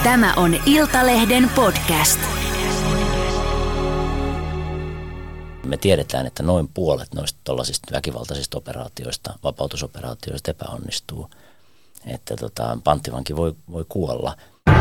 Tämä on Iltalehden podcast. Me tiedetään, että noin puolet noista tuollaisista väkivaltaisista operaatioista, vapautusoperaatioista epäonnistuu. Että panttivanki voi kuolla.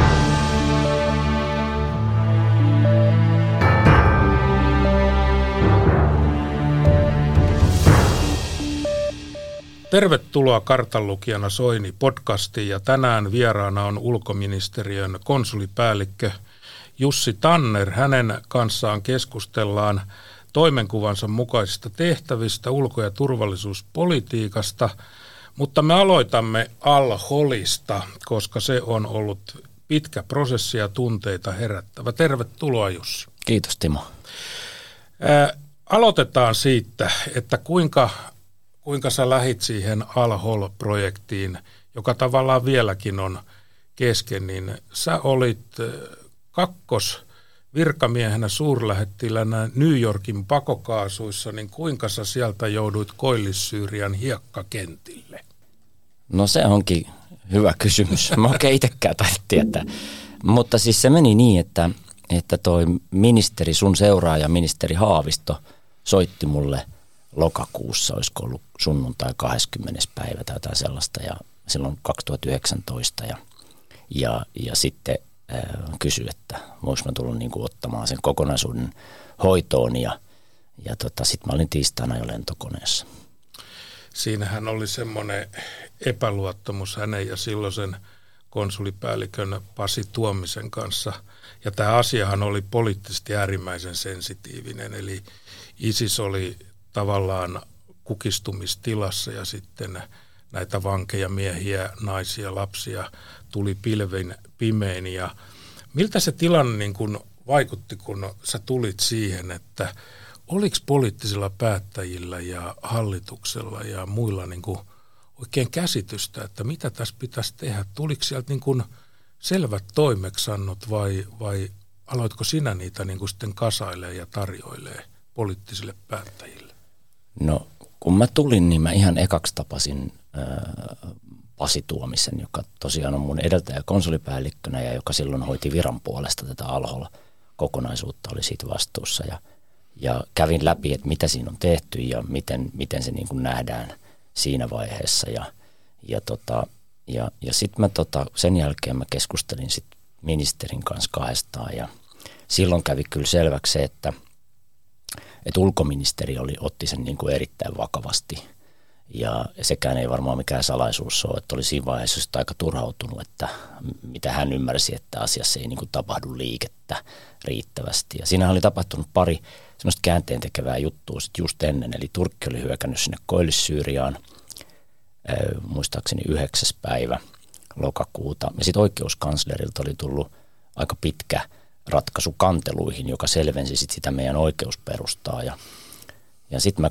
Tervetuloa Kartanlukijana Soini podcastiin ja tänään vieraana on ulkoministeriön konsulipäällikkö Jussi Tanner. Hänen kanssaan keskustellaan toimenkuvansa mukaisista tehtävistä, ulko- ja turvallisuuspolitiikasta, mutta me aloitamme Al-Holista, koska se on ollut pitkä prosessi ja tunteita herättävä. Tervetuloa Jussi. Kiitos Timo. Aloitetaan siitä, että kuinka sä lähit siihen Al-Hol-projektiin, joka tavallaan vieläkin on kesken, niin sä olit kakkosvirkamiehenä suurlähettilänä New Yorkin pakokaasuissa, niin kuinka sä sieltä jouduit Koillis-Syyrian hiekkakentille? No se onkin hyvä kysymys. Mä oikein itsekään taida tietää. Mutta siis se meni niin, että toi ministeri, sun seuraaja, ministeri Haavisto, soitti mulle lokakuussa, olisiko ollut sunnuntai 20. päivä tai jotain sellaista, ja silloin 2019, ja sitten kysyi, että voinko mä tulla niinku ottamaan sen kokonaisuuden hoitoon, ja sitten mä olin tiistaina jo lentokoneessa. Siinähän oli semmoinen epäluottamus hänen ja silloisen konsulipäällikön Pasi Tuomisen kanssa, ja tämä asiahan oli poliittisesti äärimmäisen sensitiivinen, eli ISIS oli tavallaan kukistumistilassa ja sitten näitä vankeja, miehiä, naisia, lapsia tuli pilvin pimein. Ja miltä se tilanne niin kun vaikutti, kun sä tulit siihen, että oliko poliittisilla päättäjillä ja hallituksella ja muilla niin kun oikein käsitystä, että mitä tässä pitäisi tehdä? Tuliko sieltä niin kun selvät toimeksannot vai aloitko sinä niitä niin kun sitten kasailee ja tarjoilee poliittisille päättäjille? No kun mä tulin, niin mä ihan ekaksi tapasin Pasi Tuomisen, joka tosiaan on mun edeltäjä konsulipäällikkönä ja joka silloin hoiti viran puolesta tätä Al-Hol-kokonaisuutta, oli siitä vastuussa. Ja kävin läpi, että mitä siinä on tehty ja miten se niin kuin nähdään siinä vaiheessa. Ja sitten sen jälkeen mä keskustelin sit ministerin kanssa kahdestaan ja silloin kävi kyllä selväksi se, että ulkoministeri otti sen niin kuin erittäin vakavasti ja sekään ei varmaan mikään salaisuus ole, että oli siinä vaiheessa just aika turhautunut, että mitä hän ymmärsi, että asiassa ei niin kuin tapahdu liikettä riittävästi. Ja siinä oli tapahtunut pari semmoista käänteentekevää juttua sitten just ennen, eli Turkki oli hyökännyt sinne Koillis-Syyriaan muistaakseni 9. päivä lokakuuta ja sitten oikeuskanslerilta oli tullut aika pitkä ratkaisu kanteluihin, joka selvensi sitä meidän oikeusperustaa. Ja sitten mä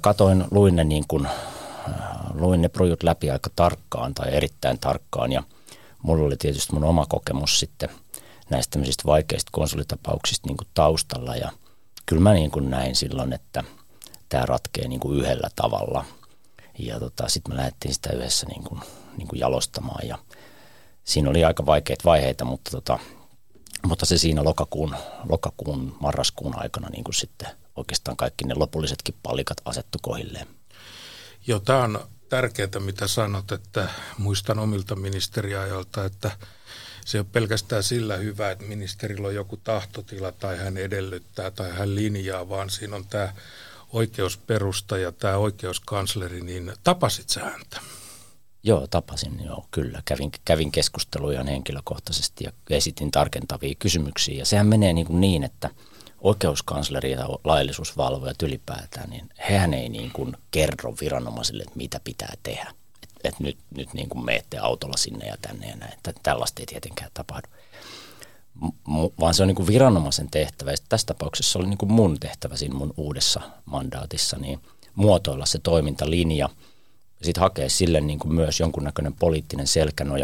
luin ne projut läpi aika tarkkaan tai erittäin tarkkaan ja mulla oli tietysti mun oma kokemus sitten näistä tämmöisistä vaikeista konsulitapauksista niin kuin taustalla ja kyllä mä niin kuin näin silloin, että tämä ratkee niin kuin yhdellä tavalla ja sitten me lähdettiin sitä yhdessä niin kuin jalostamaan ja siinä oli aika vaikeita vaiheita, mutta se siinä lokakuun, marraskuun aikana niin kuin sitten oikeastaan kaikki ne lopullisetkin palikat asettu kohdilleen. Joo, tämä on tärkeää, mitä sanot, että muistan omilta ministeriajoilta, että se ei ole pelkästään sillä hyvä, että ministerillä on joku tahtotila tai hän edellyttää tai hän linjaa, vaan siinä on tämä oikeusperusta ja tämä oikeuskansleri, niin tapasit sä häntä? Joo, tapasin, kyllä. Kävin keskustelua ihan henkilökohtaisesti ja esitin tarkentavia kysymyksiä. Ja sehän menee niin että oikeuskansleri ja laillisuusvalvojat ylipäätään, niin hehän ei niin kuin kerro viranomaisille, että mitä pitää tehdä. Että nyt niin kuin menette autolla sinne ja tänne ja näin. Tällaista ei tietenkään tapahdu. Vaan se on niin kuin viranomaisen tehtävä. Ja tässä tapauksessa oli niin kuin mun tehtävä siinä mun uudessa mandaatissa, niin muotoilla se toimintalinja. Sitten hakea sille niin kuin myös jonkunnäköinen poliittinen selkänoja.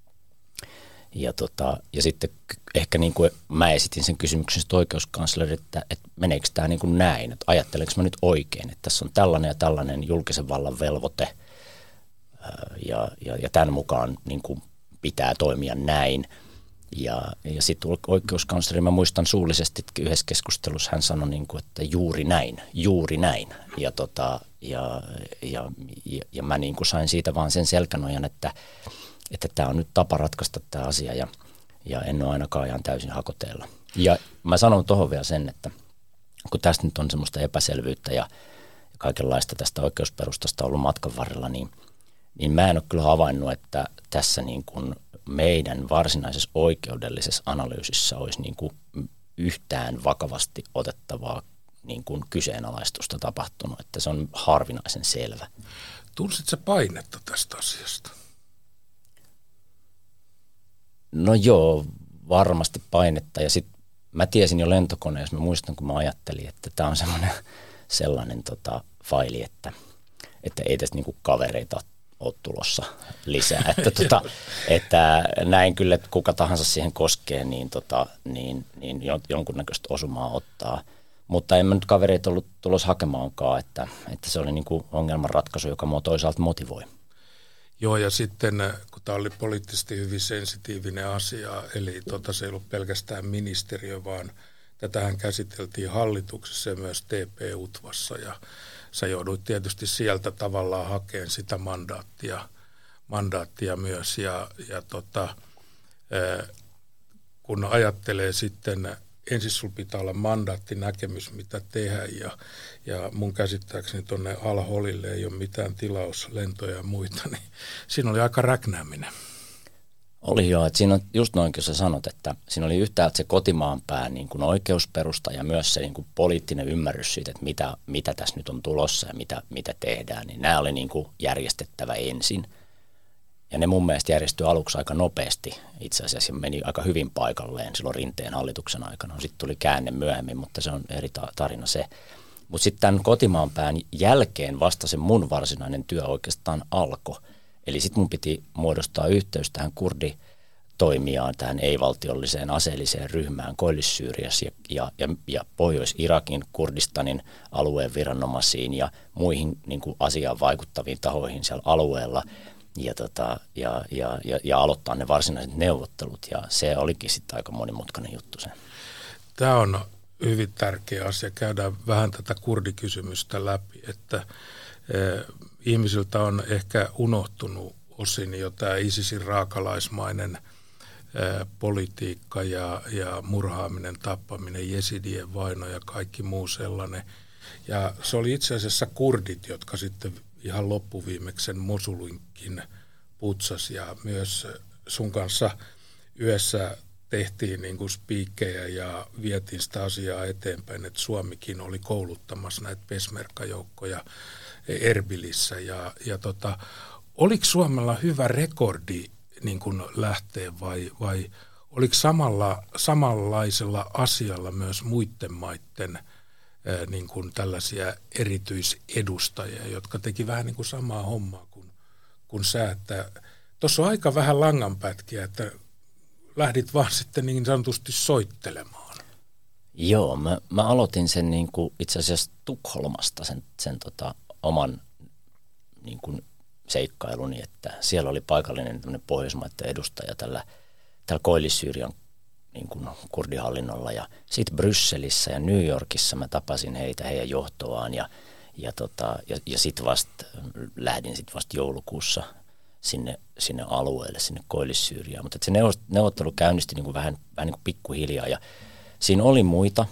Ja sitten ehkä niin kuin mä esitin sen kysymyksen oikeuskanslerille, että meneekö tämä niin kuin näin, että ajattelenko mä nyt oikein, että tässä on tällainen ja tällainen julkisen vallan velvoite ja tämän mukaan niin kuin pitää toimia näin. Ja sitten oikeuskansleri, mä muistan suullisesti yhdessä keskustelussa, hän sanoi, niin kuin, että juuri näin. Ja mä niin kuin sain siitä vaan sen selkänojan, että tämä on nyt tapa ratkaista tämä asia ja en ole ainakaan ihan täysin hakoteella. Ja mä sanon tuohon vielä sen, että kun tästä nyt on semmoista epäselvyyttä ja kaikenlaista tästä oikeusperustasta ollut matkan varrella, niin mä en ole kyllä havainnut, että tässä niin kuin meidän varsinaisessa oikeudellisessa analyysissä olisi niin kuin yhtään vakavasti otettavaa niin kuin kyseenalaistusta tapahtunut, että se on harvinaisen selvä. Tunsit sä painetta tästä asiasta? No joo, varmasti painetta ja sitten mä tiesin jo lentokoneessa, mä muistan kun mä ajattelin, että tämä on sellainen faili, että ei tästä niinku kavereita ole tulossa lisää. Että näin kyllä, että kuka tahansa siihen koskee, niin jonkunnäköistä osumaa ottaa. Mutta en mä nyt kavereita ollut tulossa hakemaankaan, että se oli niinku ongelmanratkaisu, joka mua toisaalta motivoi. Joo, ja sitten kun tämä oli poliittisesti hyvin sensitiivinen asia, eli se ei ollut pelkästään ministeriö, vaan tätähän käsiteltiin hallituksessa ja myös TP-UTVassa, ja sä jouduit tietysti sieltä tavallaan hakemaan sitä mandaattia myös, ja kun ajattelee sitten, ensin sulla pitää olla mandaattinäkemys, mitä tehdä, ja mun käsittääkseni tuonne Al-Holille ei ole mitään tilauslentoja ja muita, niin siinä oli aika räknääminen. Oli joo, että siinä on just noin, kun sä sanot, että siinä oli yhtäältä se kotimaanpää niin kuin oikeusperusta ja myös se niin kuin poliittinen ymmärrys siitä, että mitä tässä nyt on tulossa ja mitä tehdään, niin nämä oli niin kuin järjestettävä ensin. Ja ne mun mielestä järjestyi aluksi aika nopeasti. Itse asiassa meni aika hyvin paikalleen silloin Rinteen hallituksen aikana. Sitten tuli käänne myöhemmin, mutta se on eri tarina se. Mutta sitten tämän kotimaanpään jälkeen vasta se mun varsinainen työ oikeastaan alkoi. Eli sitten mun piti muodostaa yhteys tähän kurditoimijaan, tähän ei-valtiolliseen aseelliseen ryhmään Koillis-Syyriassa ja Pohjois-Irakin, Kurdistanin alueen viranomaisiin ja muihin niin kuin asiaan vaikuttaviin tahoihin siellä alueella. Ja aloittaa ne varsinaiset neuvottelut, ja se olikin sitten aika monimutkainen juttu se. Tämä on hyvin tärkeä asia. Käydään vähän tätä kurdikysymystä läpi, että ihmisiltä on ehkä unohtunut osin jo tämä ISISin raakalaismainen politiikka ja murhaaminen, tappaminen, jesidien vaino ja kaikki muu sellainen. Ja se oli itse asiassa kurdit, jotka sitten ihan loppuviimeksen Mosulinkin putsas, ja myös sun kanssa yhdessä tehtiin niin kuin spiikkejä ja vietiin sitä asiaa eteenpäin, että Suomikin oli kouluttamassa näitä peshmerga-joukkoja Erbilissä ja oliko Suomella hyvä rekordi niin kuin lähteä vai oliko samanlaisella asialla myös muiden maiden niin kuin tällaisia erityisedustajia, jotka teki vähän niin kuin samaa hommaa kuin sä, että tuossa on aika vähän langanpätkiä, että lähdit vaan sitten niin sanotusti soittelemaan. Joo, mä aloitin sen niin kuin itse asiassa Tukholmasta sen oman niin kuin seikkailuni, että siellä oli paikallinen pohjoismaiden edustaja tällä Koillis-Syyrian niin kuin kurdihallinnolla, ja sitten Brysselissä ja New Yorkissa mä tapasin heidän johtoaan ja sitten lähdin vasta joulukuussa sinne alueelle, sinne Koillis-Syyriaan, mutta se neuvottelu käynnistyi niin kuin vähän niin kuin pikkuhiljaa, ja siinä oli muiden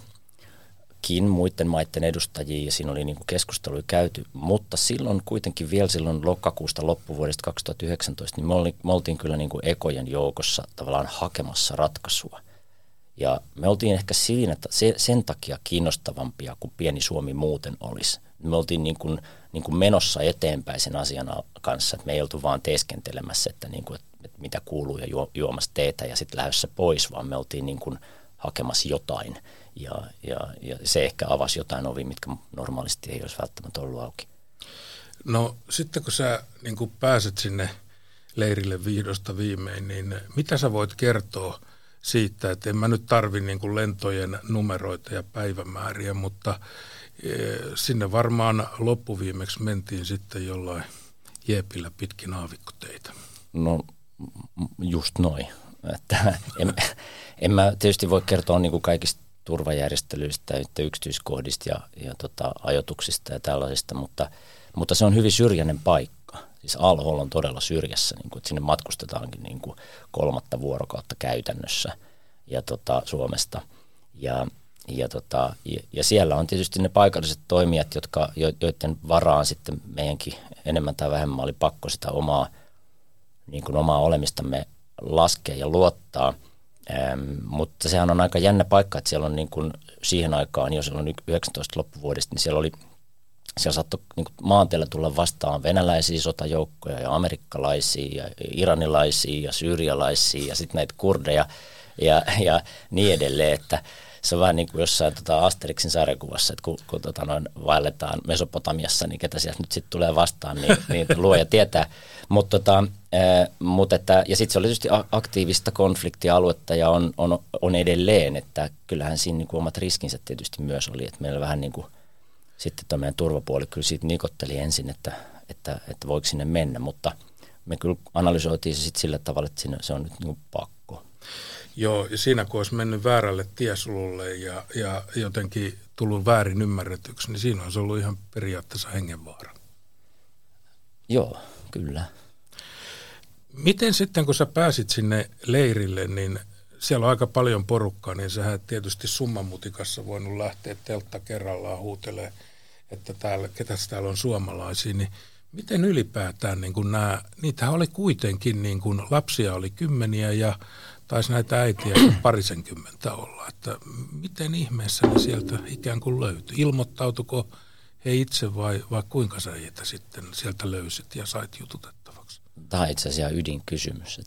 maiden edustajia, ja siinä oli niin kuin keskusteluja käyty, mutta silloin kuitenkin vielä silloin lokakuusta loppuvuodesta 2019, niin me oltiin kyllä niin kuin ekojen joukossa tavallaan hakemassa ratkaisua. Ja me oltiin ehkä siinä sen takia kiinnostavampia kuin pieni Suomi muuten olisi. Me oltiin niin kuin menossa eteenpäin sen asian kanssa, että me ei oltu vaan teeskentelemässä, että mitä kuuluu ja juomassa teetä ja sitten lähdössä pois, vaan me oltiin niin kuin hakemassa jotain. Ja se ehkä avasi jotain ovia, mitkä normaalisti ei olisi välttämättä ollut auki. No sitten kun sä niin kun pääset sinne leirille vihdosta viimein, niin mitä sä voit kertoa siitä, että en mä nyt tarvi niin kuin lentojen numeroita ja päivämääriä, mutta sinne varmaan loppuviimeksi mentiin sitten jollain jeepillä pitkin aavikkoteitä. No just noin. Että en mä tietysti voi kertoa niin kuin kaikista turvajärjestelyistä ja yksityiskohdista ja ajoituksista ja tällaisista, mutta se on hyvin syrjäinen paikka. Siis Al-Hol on todella syrjässä, niin kuin, että sinne matkustetaankin niin kuin 3 vuorokautta käytännössä ja Suomesta. Ja siellä on tietysti ne paikalliset toimijat, joiden varaan sitten meidänkin enemmän tai vähemmän oli pakko sitä omaa olemistamme laskea ja luottaa. Mutta sehän on aika jännä paikka, että siellä on niin kuin siihen aikaan, jo silloin 19 loppuvuodesta, niin siellä saattoi niin kuin maanteella tulla vastaan venäläisiä sotajoukkoja ja amerikkalaisia ja iranilaisia ja syyrialaisia ja sitten näitä kurdeja ja niin edelleen, että se on vähän niin kuin jossain Asterixin sarjakuvassa, että kun vaelletaan Mesopotamiassa, niin ketä sieltä nyt sitten tulee vastaan, niin luoja tietää. Ja sitten se oli tietysti aktiivista konfliktialuetta ja on edelleen, että kyllähän siinä niin kuin omat riskinsä tietysti myös oli, että meillä vähän niin kuin sitten tämä meidän turvapuoli kyllä siitä nikotteli ensin, että voiko sinne mennä, mutta me kyllä analysoitiin se sitten sillä tavalla, että se on nyt niin kuin pakko. Joo, ja siinä kun olisi mennyt väärälle tiesululle ja jotenkin tullut väärin ymmärretyksi, niin siinä olisi ollut ihan periaatteessa hengenvaara. Joo, kyllä. Miten sitten, kun sä pääsit sinne leirille, niin siellä on aika paljon porukkaa, niin sähän tietysti summanmutikassa voinut lähteä teltta kerrallaan huutelemaan, että ketäs täällä on suomalaisia, niin miten ylipäätään niin kun niitähän oli kuitenkin, niin kun lapsia oli 10 ja taisi näitä äitiä 20 olla, että miten ihmeessä ne sieltä ikään kuin löytyi? Ilmoittautuiko he itse vai kuinka sä heitä sitten sieltä löysit ja sait jututettavaksi? Tämä on itse asiassa ydinkysymys,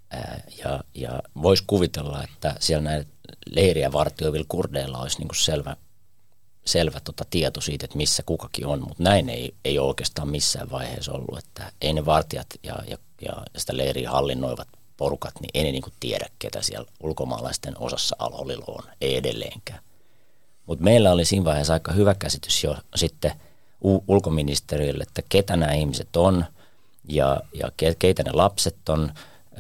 ja voisi kuvitella, että siellä näitä leiriä vartioivilla kurdeilla olisi niin kuin selvä tieto siitä, että missä kukakin on, mutta näin ei ole oikeastaan missään vaiheessa ollut, että ei ne vartijat ja sitä leiriä hallinnoivat porukat, niin ei ne niin kuin tiedä, ketä siellä ulkomaalaisten osassa Al-Holilla on, ei edelleenkään. Mutta meillä oli siinä vaiheessa aika hyvä käsitys jo sitten ulkoministeriölle, että ketä nämä ihmiset on ja keitä ne lapset on,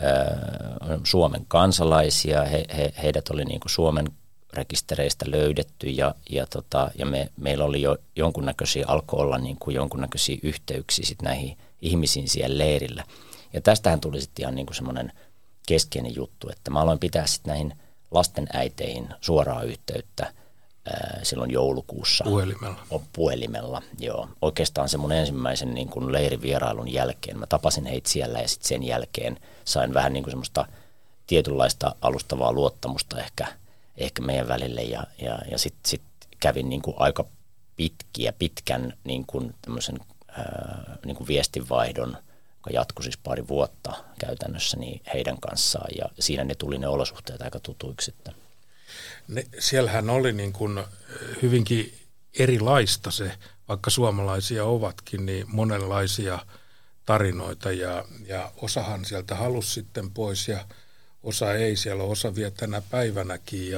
Suomen kansalaisia, heidät oli niin kuin Suomen rekistereistä löydetty ja meillä oli jo alkoi olla niin kuin jonkunnäköisiä yhteyksiä sit näihin ihmisiin siellä leirillä. Ja tästähän tuli sitten ihan niin kuin semmoinen keskeinen juttu, että mä aloin pitää sitten näihin lasten äiteihin suoraa yhteyttä silloin joulukuussa. Puhelimella, joo. Oikeastaan se mun ensimmäisen niin kuin leirivierailun jälkeen. Mä tapasin heitä siellä ja sitten sen jälkeen sain vähän niin kuin semmoista tietynlaista alustavaa luottamusta ehkä meidän välille ja sitten kävin niin kuin aika pitkän niin kuin tämmöisen niin kuin viestinvaihdon, joka jatkui siis 2 vuotta käytännössä niin heidän kanssaan ja siinä ne tuli ne olosuhteet aika tutuiksi sitten. Siellähän oli niin kuin hyvinkin erilaista se, vaikka suomalaisia ovatkin, niin monenlaisia tarinoita ja osahan sieltä halusi sitten pois ja osa ei, siellä on osa vielä tänä päivänäkin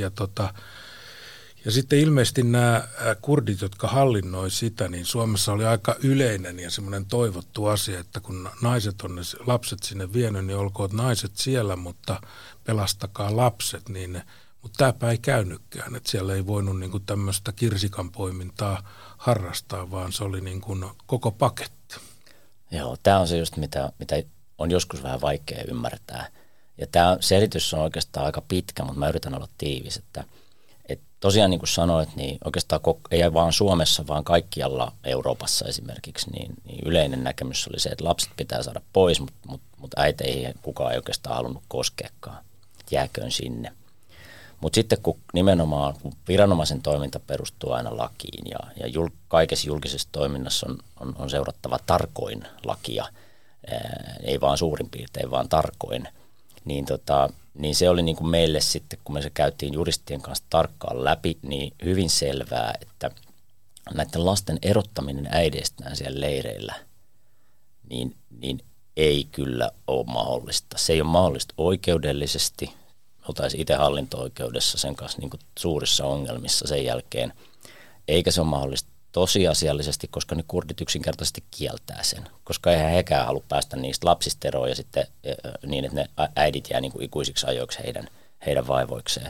ja sitten ilmeisesti nämä kurdit, jotka hallinnoi sitä, niin Suomessa oli aika yleinen ja semmoinen toivottu asia, että kun naiset on ne lapset sinne vienyt, niin olkoot naiset siellä, mutta pelastakaa lapset, mutta tämäpä ei käynytkään, että siellä ei voinut niin kuin tämmöistä kirsikanpoimintaa harrastaa, vaan se oli niin kuin koko paketti. Joo, tämä on se just, mitä on joskus vähän vaikea ymmärtää. Ja tämä selitys on oikeastaan aika pitkä, mutta mä yritän olla tiivis, että tosiaan niin kuin sanoit, niin oikeastaan ei vaan Suomessa, vaan kaikkialla Euroopassa esimerkiksi, niin yleinen näkemys oli se, että lapset pitää saada pois, mutta äiteihin kukaan ei oikeastaan halunnut koskeakaan, jääköön sinne. Mutta sitten kun nimenomaan viranomaisen toiminta perustuu aina lakiin ja kaikessa julkisessa toiminnassa on seurattava tarkoin lakia, ei vaan suurin piirtein, vaan tarkoin, niin se oli niin kuin meille sitten, kun me se käytiin juristien kanssa tarkkaan läpi, niin hyvin selvää, että näiden lasten erottaminen äideistään siellä leireillä, niin ei kyllä ole mahdollista. Se ei ole mahdollista oikeudellisesti. Oltaisiin itse hallinto-oikeudessa sen kanssa niin kuin suurissa ongelmissa sen jälkeen, eikä se ole mahdollista tosiasiallisesti, koska ne kurdit yksinkertaisesti kieltää sen, koska eihän hekään halua päästä niistä lapsista eroon ja sitten niin, että ne äidit jää niin kuin ikuisiksi ajoiksi heidän vaivoikseen.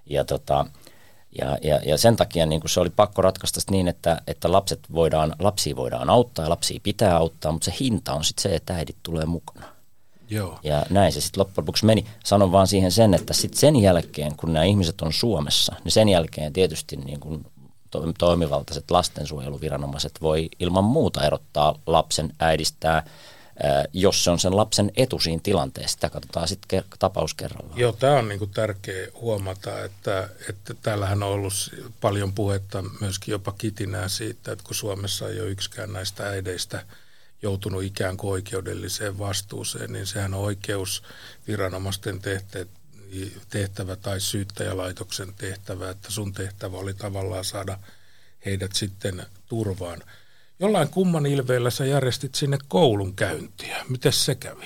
Ja sen takia niin kuin se oli pakko ratkaista niin, että lapsia voidaan auttaa ja lapsia pitää auttaa, mutta se hinta on sitten se, että äidit tulee mukana. Joo. Ja näin se sitten loppujen lopuksi meni. Sanon vaan siihen sen, että sitten sen jälkeen, kun nämä ihmiset on Suomessa, niin sen jälkeen tietysti niin kuin toimivaltaiset lastensuojeluviranomaiset voi ilman muuta erottaa lapsen äidistään, jos se on sen lapsen etu siinä tilanteessa. Sitä katsotaan sitten tapaus kerrallaan. Joo, tämä on niinku tärkeä huomata, että täällähän on ollut paljon puhetta, myöskin jopa kitinää siitä, että kun Suomessa ei ole yksikään näistä äideistä joutunut ikään kuin oikeudelliseen vastuuseen, niin sehän on oikeusviranomaisten tehtävä tai syyttäjälaitoksen tehtävä, että sun tehtävä oli tavallaan saada heidät sitten turvaan. Jollain kumman ilveellä sä järjestit sinne koulun käyntiä. Mites se kävi?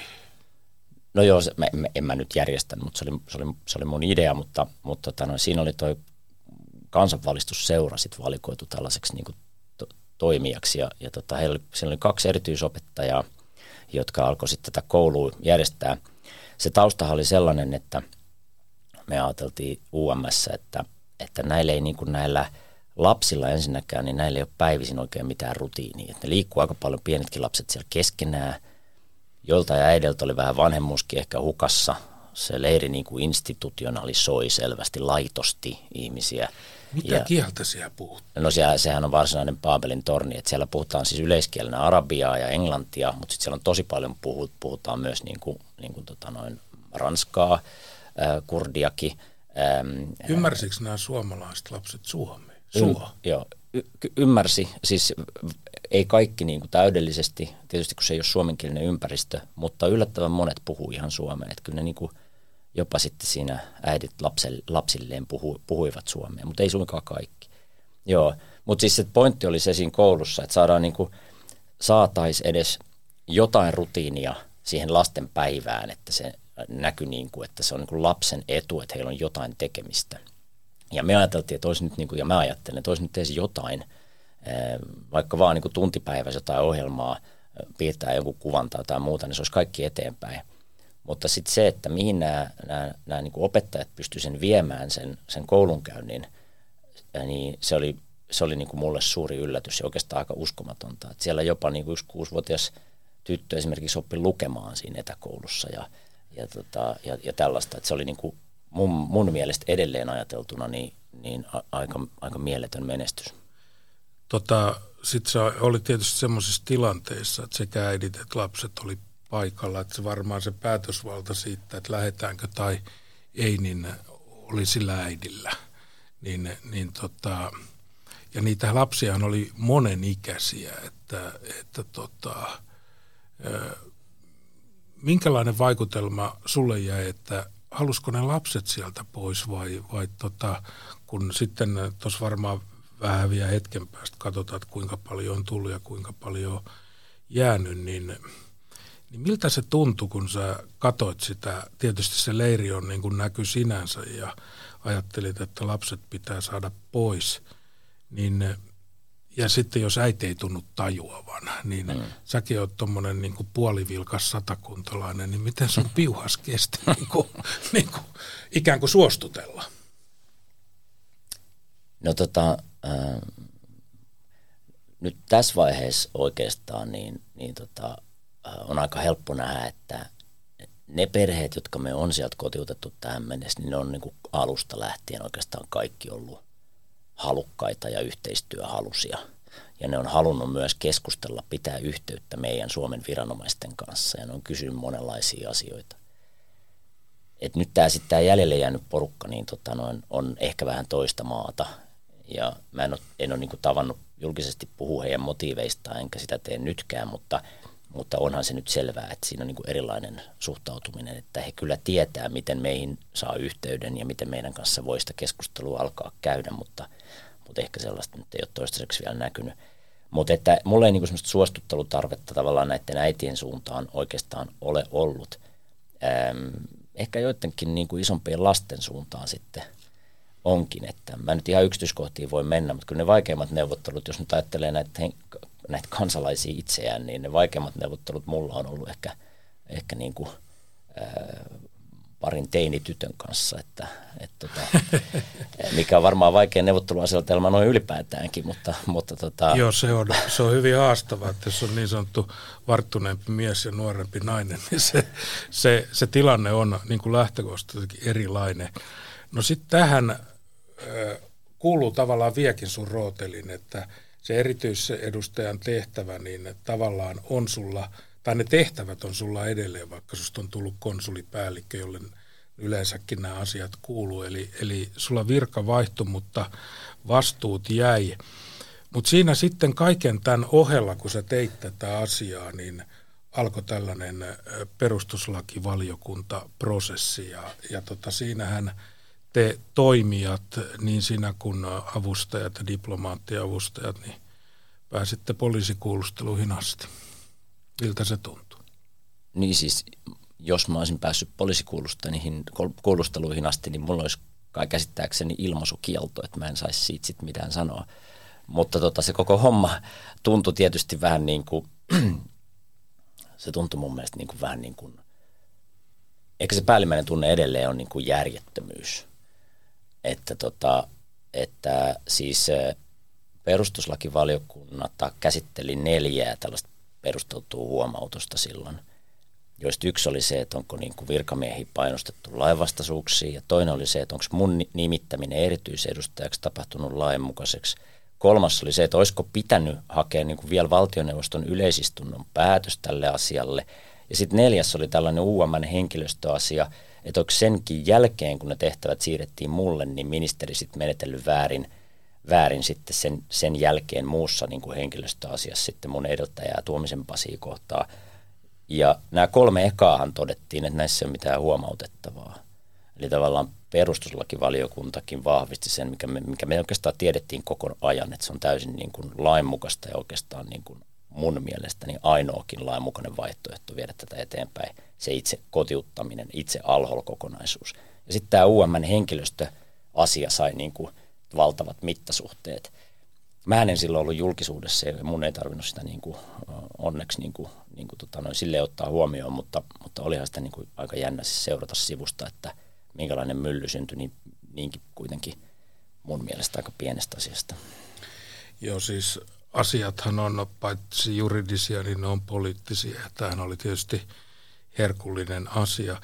No joo, en mä nyt järjestänyt, mutta se oli mun idea, mutta siinä oli toi kansanvalistusseura sit valikoitu tällaiseksi niin kuin toimijaksi. Siellä oli 2 erityisopettajaa, jotka alkoi sitten tätä koulua järjestää. Se taustahan oli sellainen, että me ajateltiin UM:ssä, että näillä ei niin kuin näillä lapsilla ensinnäkään, niin näillä ei ole päivisin oikein mitään rutiinia. Että ne liikkuu aika paljon pienetkin lapset siellä keskenään. Joltain ja äideltä oli vähän vanhemmuuskin ehkä hukassa. Se leiri niin kuin institutionalisoi selvästi, laitosti ihmisiä. Mitä kieltä siellä puhut? No sehän on varsinainen Baabelin torni, että siellä puhutaan siis yleiskielenä arabiaa ja englantia, mutta sitten siellä on tosi paljon puhutaan myös niin kuin ranskaa, kurdiakin. Ymmärsikö nämä suomalaiset lapset suomea? Joo, ymmärsi. Siis ei kaikki niin kuin täydellisesti, tietysti kun se ei ole suomenkielinen ympäristö, mutta yllättävän monet puhuu ihan suomea. Että kyllä ne niin kuin jopa sitten siinä äidit lapsilleen puhuivat suomea, mutta ei suinkaan kaikki. Joo, mutta siis se pointti oli se siinä koulussa, että saataisiin edes jotain rutiinia siihen lasten päivään, että se näkyi niin kuin, että se on niin kuin lapsen etu, että heillä on jotain tekemistä. Ja me ajateltiin, että olisi nyt, niin kuin, ja mä ajattelin, että olisi nyt edes jotain, vaikka vaan niin kuin tuntipäivässä jotain ohjelmaa, piirtää jonkun kuvan tai jotain muuta, niin se olisi kaikki eteenpäin. Mutta sitten se, että mihin nämä niin kuin opettajat pystyivät sen viemään sen koulunkäynnin, niin se oli niin kuin mulle suuri yllätys ja oikeastaan aika uskomatonta. Että siellä jopa niin kuin yksi 6-vuotias tyttö esimerkiksi oppi lukemaan siinä etäkoulussa ja tällaista. Että se oli niin kuin mun mielestä edelleen ajateltuna niin aika mieletön menestys. Sitten se oli tietysti semmoisissa tilanteissa, että sekä äidit että lapset oli paikalla, että se varmaan se päätösvalta siitä, että lähdetäänkö tai ei, niin oli sillä äidillä. Ja niitä lapsiahan oli monenikäisiä, että minkälainen vaikutelma sulle jäi, että halusiko ne lapset sieltä pois vai kun sitten tuossa varmaan vähän vielä hetken päästä katsotaan, että kuinka paljon on tullut ja kuinka paljon on jäänyt, niin miltä se tuntui, kun sä katsoit sitä, tietysti se leiri on niin kuin näky sinänsä ja ajattelit, että lapset pitää saada pois, niin, ja sitten jos äiti ei tunnu tajuavan, niin säkin oot tommonen niin kuin puolivilkas satakuntalainen, niin miten sun piuhas kesti niin kuin, ikään kuin suostutella? No nyt tässä vaiheessa oikeastaan niin on aika helppo nähdä, että ne perheet, jotka me on sieltä kotiutettu tähän mennessä, niin ne on niin kuin alusta lähtien oikeastaan kaikki ollut halukkaita ja yhteistyöhalusia. Ja ne on halunnut myös keskustella, pitää yhteyttä meidän Suomen viranomaisten kanssa ja ne on kysynyt monenlaisia asioita. Et nyt tämä jäljelle jäänyt porukka niin on ehkä vähän toista maata ja mä en ole niin kuin tavannut julkisesti puhua heidän motiiveistaan, enkä sitä tee nytkään, mutta onhan se nyt selvää, että siinä on niin kuin erilainen suhtautuminen, että he kyllä tietää, miten meihin saa yhteyden ja miten meidän kanssa voi sitä keskustelua alkaa käydä, mutta ehkä sellaista nyt ei ole toistaiseksi vielä näkynyt. Mutta että mulla ei niin kuin semmoista suostuttelutarvetta tavallaan näiden äitien suuntaan oikeastaan ole ollut. Ehkä joidenkin niin kuin isompien lasten suuntaan sitten onkin, että mä nyt ihan yksityiskohtiin voi mennä, mutta kyllä ne vaikeimmat neuvottelut, jos nyt ajattelee näitä kansalaisia itseään, niin ne vaikeimmat neuvottelut mulla on ollut ehkä niin kuin, parin teinitytön kanssa, mikä on varmaan vaikea neuvotteluasetelma noin ylipäätäänkin, mutta Joo, se on hyvin haastavaa, että jos on niin sanottu varttuneempi mies ja nuorempi nainen, niin se tilanne on niin kuin lähtökohtaisesti erilainen. No sitten tähän kuuluu tavallaan viekin sun rootelin, että se erityisedustajan tehtävä, niin tavallaan on sulla, tai ne tehtävät on sulla edelleen, vaikka susta on tullut konsulipäällikkö, jolle yleensäkin nämä asiat kuuluu. Eli sulla virka vaihtui, mutta vastuut jäi. Mutta siinä sitten kaiken tämän ohella, kun sä teit tätä asiaa, niin alkoi tällainen perustuslakivaliokuntaprosessi. Ja siinähän te toimijat, niin sinä kuin avustajat ja diplomaattiavustajat, niin pääsitte poliisikuulusteluihin asti. Miltä se tuntuu? Niin siis, jos mä olisin päässyt poliisikuulusteluihin asti, niin mulla olisi kai käsittääkseni ilmaisukielto, että mä en saisi siitä sit mitään sanoa. Mutta se koko homma tuntui tietysti vähän niin kuin, se tuntui mun mielestä niin kuin vähän niin kuin, eikä se päällimmäinen tunne edelleen on niin kuin järjettömyys. Että siis perustuslakivaliokunnata käsitteli 4 tällaista perusteltua huomautusta silloin, joista yksi oli se, että onko niin kuin virkamiehiä painostettu lainvastaisuuksiin, ja toinen oli se, että onko mun nimittäminen erityisedustajaksi tapahtunut lainmukaiseksi. 3. oli se, että olisiko pitänyt hakea niin kuin vielä valtioneuvoston yleisistunnon päätös tälle asialle. Ja sitten 4. oli tällainen UM:n henkilöstöasia, että onko senkin jälkeen, kun ne tehtävät siirrettiin mulle, niin ministeri sitten menetellyt väärin sitten sen jälkeen muussa niin kuin henkilöstöasiassa sitten mun edeltäjää Tuomisen Pasia kohtaa. Ja nämä 3 ekaahan todettiin, että näissä ei ole mitään huomautettavaa. Eli tavallaan perustuslakivaliokuntakin vahvisti sen, mikä me oikeastaan tiedettiin koko ajan, että se on täysin niin kuin lainmukaista ja oikeastaan niin kuin mun mielestäni ainoakin lainmukainen vaihtoehto viedä tätä eteenpäin. Se itse kotiuttaminen, itse Al-Hol-kokonaisuus. Ja sitten tämä UM:n henkilöstöasia sai niin kuin valtavat mittasuhteet. Mä en silloin ollut julkisuudessa ja mun ei tarvinnut sitä niin kuin, onneksi silleen ottaa huomioon, mutta olihan sitä niin kuin aika jännä siis seurata sivusta, että minkälainen mylly syntyi niinkin kuitenkin mun mielestä aika pienestä asiasta. Joo, siis asiathan on paitsi juridisia, niin ne on poliittisia. Tämähän oli tietysti herkullinen asia.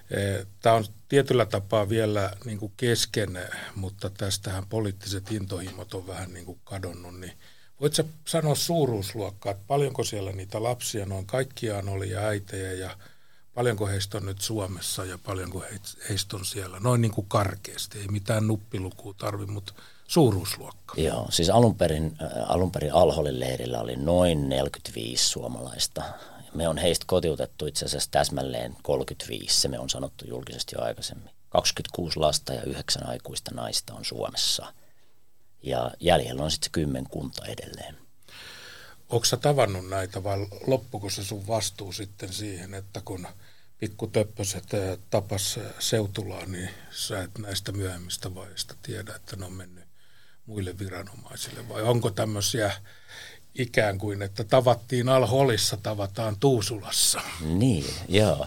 Tämä on tietyllä tapaa vielä niin kuin kesken, mutta tästähän poliittiset intohimot on vähän niin kuin kadonnut. Niin voitko sanoa suuruusluokkaa, että paljonko siellä niitä lapsia noin kaikkiaan oli ja äitejä ja paljonko heistä on nyt Suomessa ja paljonko heistä on siellä? Noin niin kuin karkeasti, ei mitään nuppilukua tarvi, mutta suuruusluokka. Joo, siis alun perin Al-Holin leirillä oli noin 45 suomalaista. Me on heistä kotiutettu itse asiassa täsmälleen 35, se me on sanottu julkisesti jo aikaisemmin. 26 lasta ja 9 aikuista naista on Suomessa. Ja jäljellä on sitten se 10 edelleen. Onko sä tavannut näitä vai loppuko se sun vastuu sitten siihen, että kun pikkutöppöset tapas Seutulaa, niin sä et näistä myöhemmistä vaiheista tiedä, että ne on mennyt muille viranomaisille? Vai onko tämmöisiä ikään kuin, että tavattiin Al-Holissa, tavataan Tuusulassa? Niin, joo.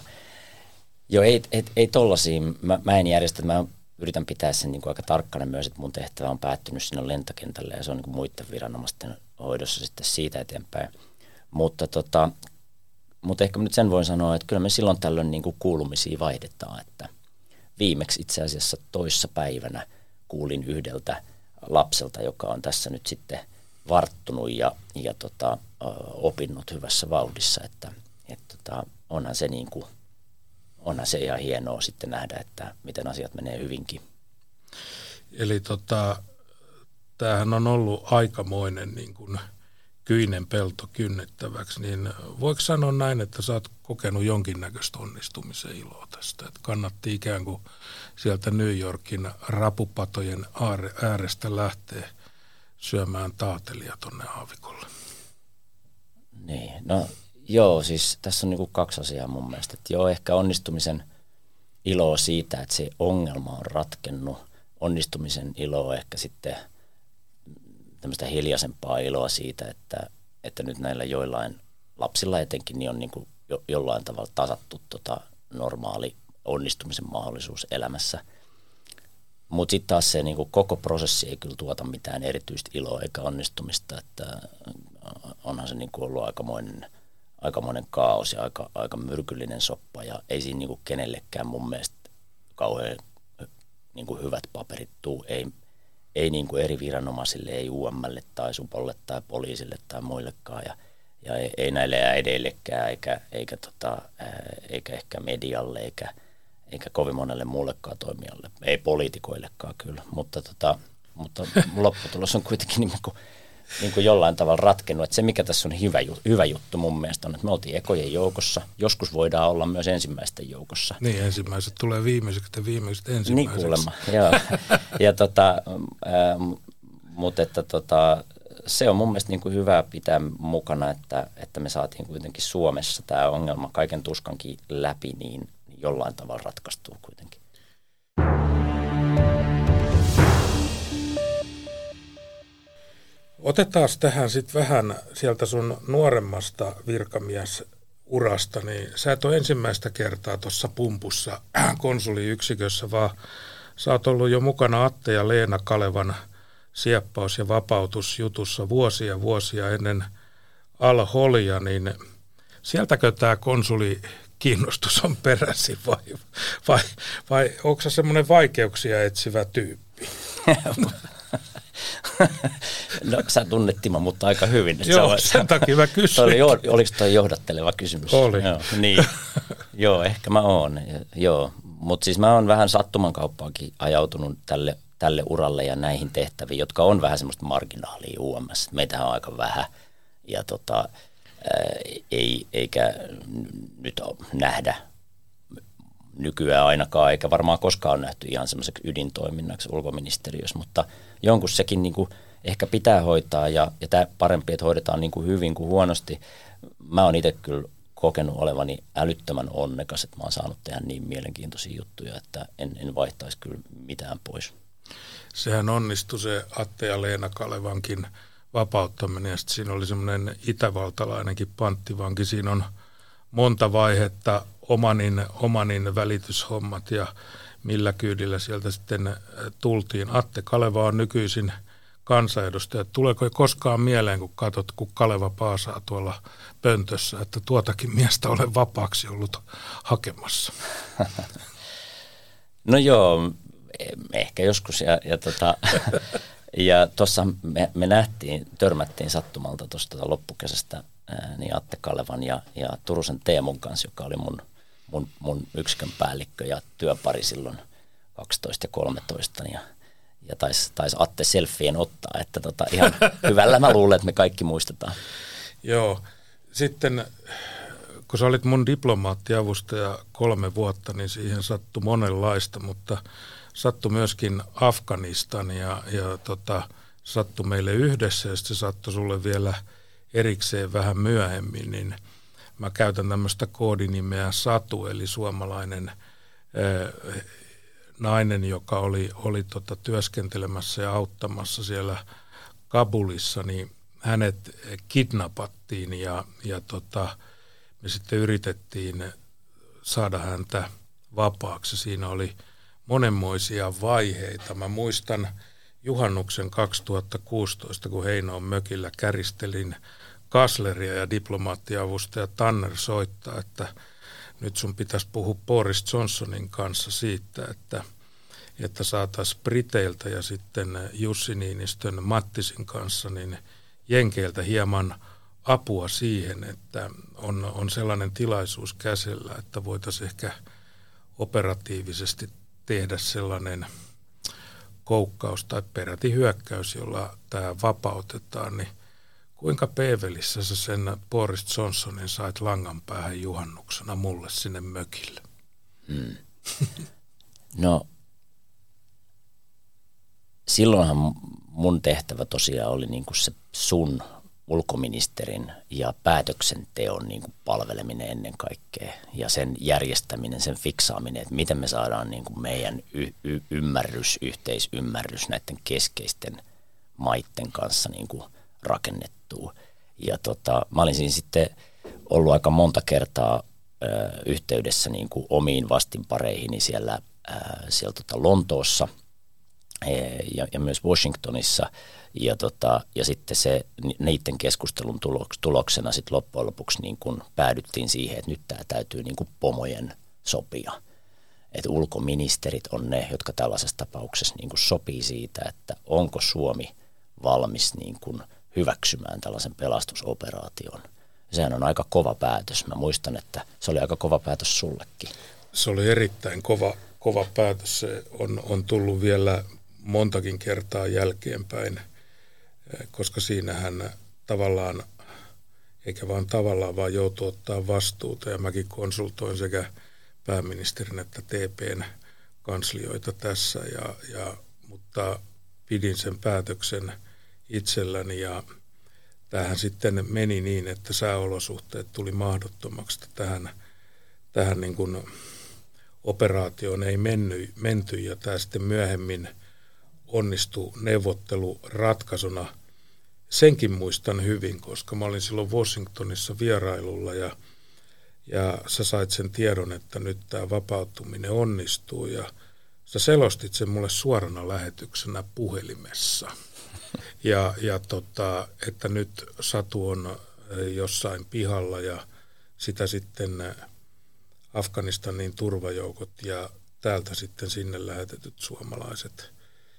Joo, ei tollaisia. Mä en järjestä, mä yritän pitää sen niin kuin aika tarkkana myös, että mun tehtävä on päättynyt sinne lentokentälle ja se on niin kuin muiden viranomaisten hoidossa sitten siitä eteenpäin. Mutta ehkä nyt sen voin sanoa, että kyllä me silloin tällöin niin kuin kuulumisia vaihdetaan, että viimeksi itse asiassa toissa päivänä kuulin yhdeltä lapselta, joka on tässä nyt sitten varttunut ja opinnut hyvässä vauhdissa, että onhan se ihan hienoa sitten nähdä, että miten asiat menee hyvinkin. Eli tämähän on ollut aikamoinen niin kuin kyinen pelto kynnettäväksi, niin voiko sanoa näin, että sä oot kokenut jonkinnäköistä onnistumisen iloa tästä, että kannatti ikään kuin sieltä New Yorkin rapupatojen äärestä lähteä syömään taatelia tonne aavikolle? Niin, no joo, siis tässä on niinku 2 asiaa mun mielestä. Että joo, ehkä onnistumisen iloa siitä, että se ongelma on ratkennut onnistumisen iloa, ehkä sitten tämmöistä hiljaisempaa iloa siitä, että nyt näillä joillain lapsilla etenkin niin on niin kuin jollain tavalla tasattu normaali onnistumisen mahdollisuus elämässä. Mutta sitten taas se niin kuin koko prosessi ei kyllä tuota mitään erityistä iloa eikä onnistumista, että onhan se niin kuin ollut aikamoinen kaos ja aika myrkyllinen soppa ja ei siinä niin kuin kenellekään mun mielestä kauhean niin kuin hyvät paperit tuu, ei niin kuin eri viranomaisille, ei UM:lle tai Supolle tai poliisille tai muillekaan ja ei näille äideillekään eikä ehkä medialle eikä kovin monelle muullekaan toimijalle, ei poliitikoillekaan kyllä, mutta lopputulos on kuitenkin niin kuin jollain tavalla ratkennut, että se mikä tässä on hyvä juttu mun mielestä on, että me oltiin ekojen joukossa, joskus voidaan olla myös ensimmäisten joukossa. Niin, ensimmäiset tulee viimeiseksi ja viimeiset ensimmäiseksi. Niin kuulemma, joo. Mutta se on mun mielestä niin kuin hyvä pitää mukana, että me saatiin kuitenkin Suomessa tämä ongelma kaiken tuskankin läpi, niin jollain tavalla ratkaistuu kuitenkin. Otetaan tähän sitten vähän sieltä sun nuoremmasta virkamiesurasta, niin sä et ole ensimmäistä kertaa tuossa pumpussa konsuliyksikössä, vaan sä oot ollut jo mukana Atte ja Leena Kalevan sieppaus- ja vapautusjutussa vuosia ennen Al-Holia, niin sieltäkö tämä konsuli-kiinnostus on peräisin vai onko sä semmoinen vaikeuksia etsivä tyyppi? No sä tunnet Timo, mutta aika hyvin. Joo, sen takia mä kysyin. Oliko toi johdatteleva kysymys? Oli. Joo, niin. Joo, ehkä mä oon. Joo, mutta siis mä oon vähän sattuman kauppaakin ajautunut tälle uralle ja näihin tehtäviin, jotka on vähän semmoista marginaalia UM:ssä. Meitähän on aika vähän ja eikä nyt nähdä nykyään ainakaan, eikä varmaan koskaan nähty ihan semmoiseksi ydintoiminnaksi ulkoministeriössä, mutta jonkun sekin niin kuin ehkä pitää hoitaa ja tämä parempi, että hoidetaan niin kuin hyvin kuin huonosti. Mä oon itse kyllä kokenut olevani älyttömän onnekas, että mä oon saanut tehdä niin mielenkiintoisia juttuja, että en vaihtaisi kyllä mitään pois. Sehän onnistui se Atte ja Leena Kalevankin vapauttaminen ja sitten siinä oli semmoinen itävaltalainenkin panttivanki. Siinä on monta vaihetta, omanin välityshommat ja millä kyydillä sieltä sitten tultiin. Atte Kaleva on nykyisin kansanedustaja. Tuleeko koskaan mieleen, kun katsot, kun Kaleva paasaa tuolla pöntössä, että tuotakin miestä olen vapaaksi ollut hakemassa? No joo, ehkä joskus. Ja tuossa me törmättiin sattumalta tuosta loppukesästä niin Atte Kalevan ja Turusen Teemun kanssa, joka oli mun yksikön päällikkö ja työpari silloin 12 ja 13. Ja taisi Atte selfien ottaa, että ihan hyvällä mä luulen, että me kaikki muistetaan. Joo. Sitten kun sä olit mun diplomaattiavustaja 3 vuotta, niin siihen sattui monenlaista, mutta sattui myöskin Afganistan ja sattui meille yhdessä ja sitten se sattui sulle vielä erikseen vähän myöhemmin, niin mä käytän tämmöistä koodinimeä Satu, eli suomalainen nainen, joka oli työskentelemässä ja auttamassa siellä Kabulissa, niin hänet kidnappattiin ja me sitten yritettiin saada häntä vapaaksi. Siinä oli monenmoisia vaiheita. Mä muistan juhannuksen 2016, kun Heinoon mökillä käristelin kansleria ja diplomaattiavustaja Tanner soittaa, että nyt sun pitäisi puhua Boris Johnsonin kanssa siitä, että saataisiin Briteiltä ja sitten Jussi Niinistön Mattisin kanssa niin Jenkeiltä hieman apua siihen, että on sellainen tilaisuus käsillä, että voitaisiin ehkä operatiivisesti tehdä sellainen koukkaus tai peräti hyökkäys, jolla tämä vapautetaan, niin kuinka peevelissä sä sen Boris Johnsonin sait langan päähän juhannuksena mulle sinne mökille? No, silloinhan mun tehtävä tosiaan oli niinku se sun ulkoministerin ja päätöksenteon niin kuin palveleminen ennen kaikkea ja sen järjestäminen, sen fiksaaminen, että miten me saadaan niin kuin meidän yhteisymmärrys näiden keskeisten maiden kanssa niin kuin rakennettua. Ja mä olin siinä sitten ollut aika monta yhteydessä niin kuin omiin vastinpareihini siellä Lontoossa ja myös Washingtonissa. Ja sitten niiden keskustelun tuloksena sit loppujen lopuksi niin kun päädyttiin siihen, että nyt tämä täytyy niin kun pomojen sopia. Että ulkoministerit on ne, jotka tällaisessa tapauksessa niin kun sopii siitä, että onko Suomi valmis niin kun hyväksymään tällaisen pelastusoperaation. Sehän on aika kova päätös. Mä muistan, että se oli aika kova päätös sullekin. Se oli erittäin kova päätös. Se on tullut vielä montakin kertaa jälkeenpäin, koska siinähän tavallaan, eikä vaan tavallaan, vaan joutuu ottaa vastuuta. Ja mäkin konsultoin sekä pääministerin että TP:n kanslioita tässä, mutta pidin sen päätöksen itselläni ja tämähän sitten meni niin, että sääolosuhteet tuli mahdottomaksi. Tähän niin kuin operaatioon ei menty ja tämä sitten myöhemmin onnistui neuvotteluratkaisuna. Senkin muistan hyvin, koska mä olin silloin Washingtonissa vierailulla ja sä sait sen tiedon, että nyt tämä vapautuminen onnistuu ja sä selostit sen mulle suorana lähetyksenä puhelimessa. Että nyt Satu on jossain pihalla ja sitä sitten Afganistanin turvajoukot ja täältä sitten sinne lähetetyt suomalaiset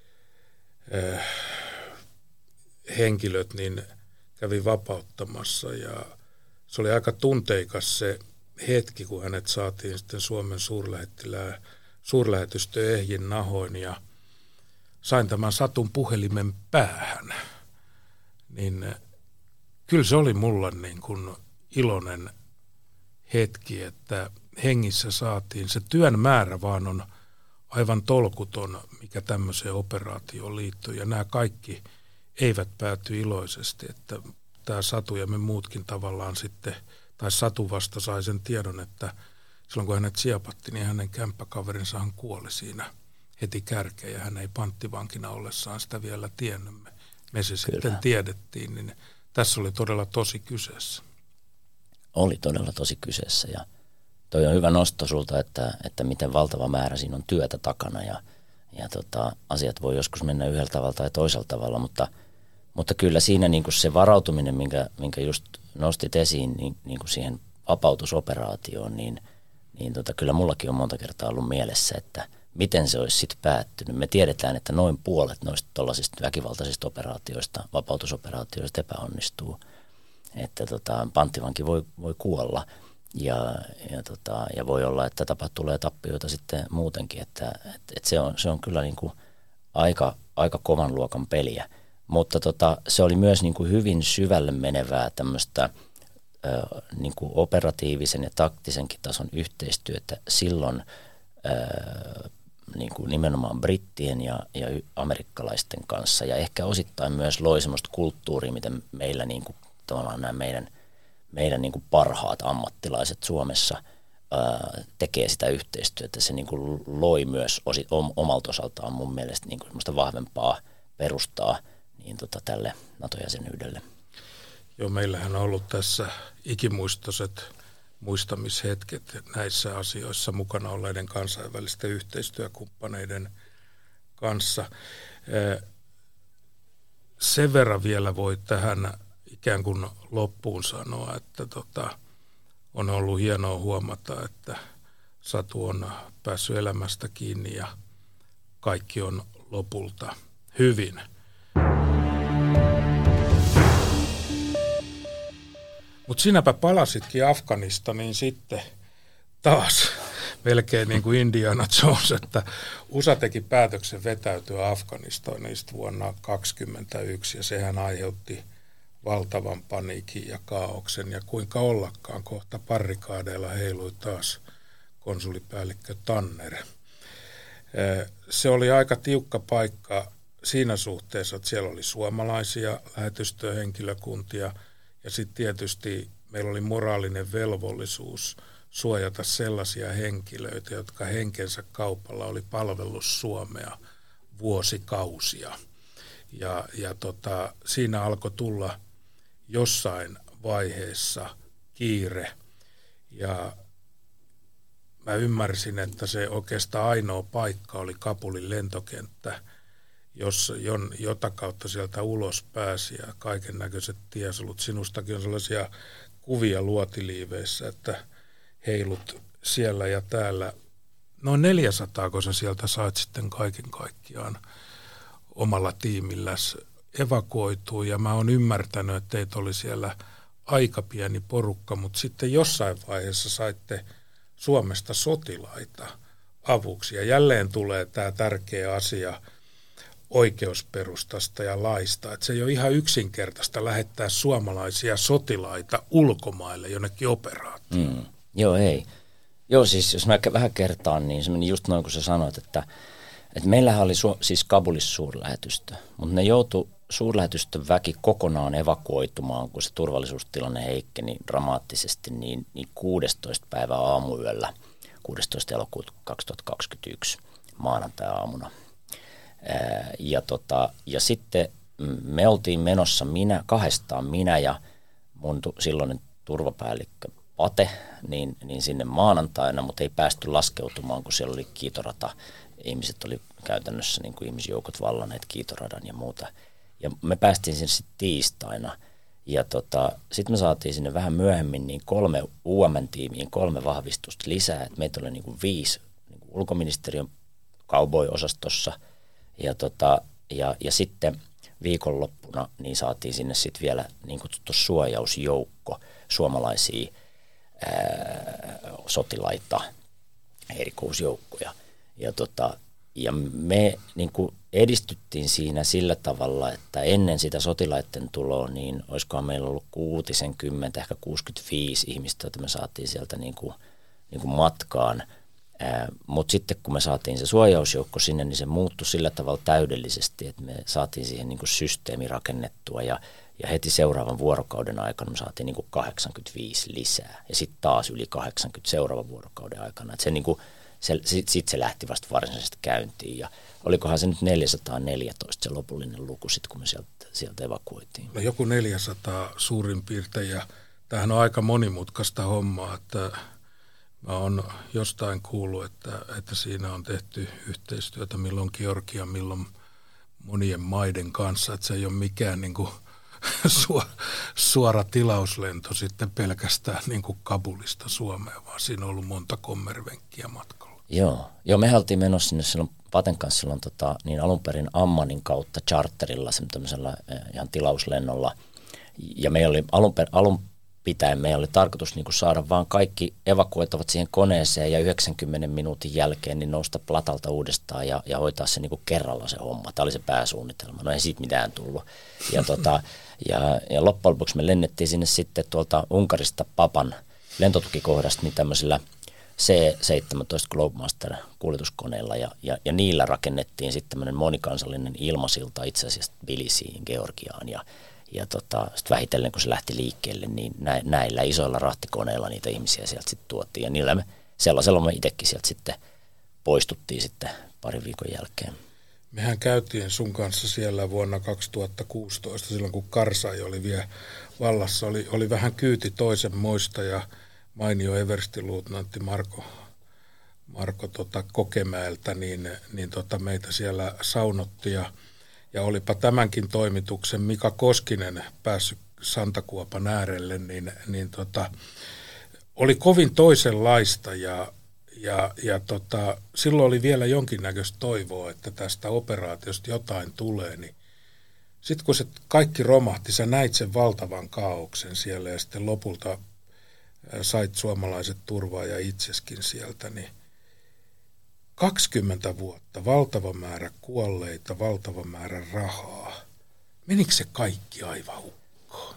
henkilöt niin kävi vapauttamassa ja se oli aika tunteikas se hetki, kun hänet saatiin sitten Suomen suurlähetystö ehjin nahoin ja sain tämän Satun puhelimen päähän, niin kyllä se oli mulla niin kuin iloinen hetki, että hengissä saatiin. Se työn määrä vaan on aivan tolkuton, mikä tämmöiseen operaatioon liittyy. Ja nämä kaikki eivät pääty iloisesti, että tämä Satu ja me muutkin tavallaan sitten, tai Satu vasta sai sen tiedon, että silloin kun hänet siepattiin, niin hänen kämppäkaverinsa kuoli siinä heti kärkeen ja hän ei panttivankina ollessaan sitä vielä tiennyt. Me se sitten tiedettiin, niin tässä oli todella tosi kyseessä. Oli todella tosi kyseessä ja toi on hyvä nosto sulta, että miten valtava määrä siinä on työtä takana ja asiat voi joskus mennä yhdellä tavalla tai toisella tavalla, mutta kyllä siinä niin kuin se varautuminen, minkä just nostit esiin niin kuin siihen vapautusoperaatioon, niin kyllä mullakin on monta kertaa ollut mielessä, että miten se olisi sitten päättynyt. Me tiedetään, että noin puolet noista tuollaisista väkivaltaisista operaatioista, vapautusoperaatioista epäonnistuu. Että panttivanki voi kuolla ja voi olla, että tulee tappioita sitten muutenkin. Että se on kyllä niin kuin aika kovan luokan peliä. Mutta se oli myös niin kuin hyvin syvälle menevää tämmöistä niin kuin operatiivisen ja taktisenkin tason yhteistyötä silloin niin kuin nimenomaan brittien ja amerikkalaisten kanssa ja ehkä osittain myös loi semmoista kulttuuria, miten meillä niin kuin, tavallaan nämä meidän niin kuin parhaat ammattilaiset Suomessa tekee sitä yhteistyötä. Se niin kuin loi myös omalta osaltaan mun mielestä niin kuin semmoista vahvempaa perustaa niin tälle NATO-jäsenyydelle. Joo, meillähän on ollut tässä ikimuistoiset muistamishetket näissä asioissa mukana olleiden kansainvälisten yhteistyökumppaneiden kanssa. Sen verran vielä voi tähän ikään kuin loppuun sanoa, että on ollut hienoa huomata, että Satu on päässyt elämästä kiinni ja kaikki on lopulta hyvin. Mutta sinäpä palasitkin Afganistaniin sitten taas melkein niin kuin Indiana Jones, että USA teki päätöksen vetäytyä Afganistanista vuonna 2021 ja sehän aiheutti valtavan paniikin ja kaaoksen ja kuinka ollakaan kohta barrikaadeilla heilui taas konsulipäällikkö Tanner. Se oli aika tiukka paikka siinä suhteessa, että siellä oli suomalaisia lähetystöhenkilökuntia ja sitten tietysti meillä oli moraalinen velvollisuus suojata sellaisia henkilöitä, jotka henkensä kaupalla oli palvellut Suomea vuosikausia. Ja siinä alkoi tulla jossain vaiheessa kiire ja mä ymmärsin, että se oikeastaan ainoa paikka oli Kabulin lentokenttä, jota kautta sieltä ulos pääsi ja kaiken näköiset tiesolut. Sinustakin on sellaisia kuvia luotiliiveissä, että heilut siellä ja täällä. Noin 400, kun sä sieltä sait sitten kaiken kaikkiaan omalla tiimilläsi evakuoitua. Ja mä oon ymmärtänyt, että teitä oli siellä aika pieni porukka, mutta sitten jossain vaiheessa saitte Suomesta sotilaita avuksi. Ja jälleen tulee tämä tärkeä asia oikeusperustasta ja laista, että se ei ole ihan yksinkertaista lähettää suomalaisia sotilaita ulkomaille jonnekin operaatioon. Joo, ei. Joo, siis jos mä vähän kertaan, niin se meni just noin kuin sä sanoit, että meillähän oli siis Kabulissa suurlähetystö, mutta ne joutui suurlähetystön väki kokonaan evakuoitumaan, kun se turvallisuustilanne heikkeni dramaattisesti, niin 16. päivä aamuyöllä, 16. elokuuta 2021 maanantai-aamuna. Ja sitten me oltiin menossa minä ja mun silloinen turvapäällikkö Pate, niin sinne maanantaina, mutta ei päästy laskeutumaan, kun siellä oli kiitorata. Ihmiset oli käytännössä niin kuin ihmisjoukot vallanneet kiitoradan ja muuta. Ja me päästiin sinne sitten tiistaina. Ja sitten me saatiin sinne vähän myöhemmin niin 3 UM-tiimiin 3 vahvistusta lisää. Et meitä oli niin kuin 5 niin kuin ulkoministeriön cowboy-osastossa. Ja sitten viikonloppuna niin saatiin sinne sitten vielä niin kutsuttu suojausjoukko suomalaisia sotilaita, erikoisjoukkoja. Ja me niin kuin edistyttiin siinä sillä tavalla, että ennen sitä sotilaiden tuloa, niin olisikohan meillä ollut 60, ehkä 65 ihmistä, joita me saatiin sieltä niin kuin matkaan. Mutta sitten kun me saatiin se suojausjoukko sinne, niin se muuttui sillä tavalla täydellisesti, että me saatiin siihen niin kuin systeemi rakennettua ja heti seuraavan vuorokauden aikana me saatiin niin kuin 85 lisää ja sitten taas yli 80 seuraavan vuorokauden aikana. Et se niin kuin sitten se lähti vasta varsinaisesti käyntiin ja olikohan se nyt 414 se lopullinen luku sitten, kun me sieltä evakuoitiin. No joku 400 suurin piirtein ja tämähän on aika monimutkaista hommaa, että mä oon jostain kuullut, että siinä on tehty yhteistyötä milloin Georgian, milloin monien maiden kanssa, että se ei ole mikään niin kuin suora tilauslento sitten pelkästään niin kuin Kabulista Suomeen, vaan siinä on ollut monta kommervenkkiä matkalla. Joo, me oltiin menossa sinne silloin Paten kanssa silloin niin alun perin Ammanin kautta charterilla, tämmöisellä ihan tilauslennolla. Ja meillä oli alun pitäen meillä oli tarkoitus niin kuin saada vaan kaikki evakuoitavat siihen koneeseen ja 90 minuutin jälkeen niin nousta platalta uudestaan ja hoitaa se niin kuin kerralla se homma. Tämä oli se pääsuunnitelma. No ei siitä mitään tullut. Ja loppujen lopuksi me lennettiin sinne sitten tuolta Unkarista Papan lentotukikohdasta niin tämmöisellä C-17 Globemaster -kuljetuskoneilla ja niillä rakennettiin sitten tämmöinen monikansallinen ilmasilta itse asiassa Tbilisiin, Georgiaan ja sitten vähitellen, kun se lähti liikkeelle, niin näillä isoilla rahtikoneilla niitä ihmisiä sieltä sitten tuotiin. Ja niillä sellaisella me itsekin sieltä sitten poistuttiin sitten parin viikon jälkeen. Mehän käytiin sun kanssa siellä vuonna 2016, silloin kun Karzai oli vielä vallassa. Oli vähän kyyti toisen moista ja mainio everstiluutnantti Marko Kokemäeltä, niin meitä siellä saunotti ja olipa tämänkin toimituksen Mika Koskinen päässyt Santakuopan äärelle, niin oli kovin toisenlaista ja silloin oli vielä jonkinnäköistä toivoa, että tästä operaatiosta jotain tulee, niin sitten kun se kaikki romahti, sä näit sen valtavan kaaoksen siellä ja sitten lopulta sait suomalaiset turvaa ja itseskin sieltä, niin 20 vuotta, valtava määrä kuolleita, valtava määrä rahaa. Menikö se kaikki aivan hukkaan?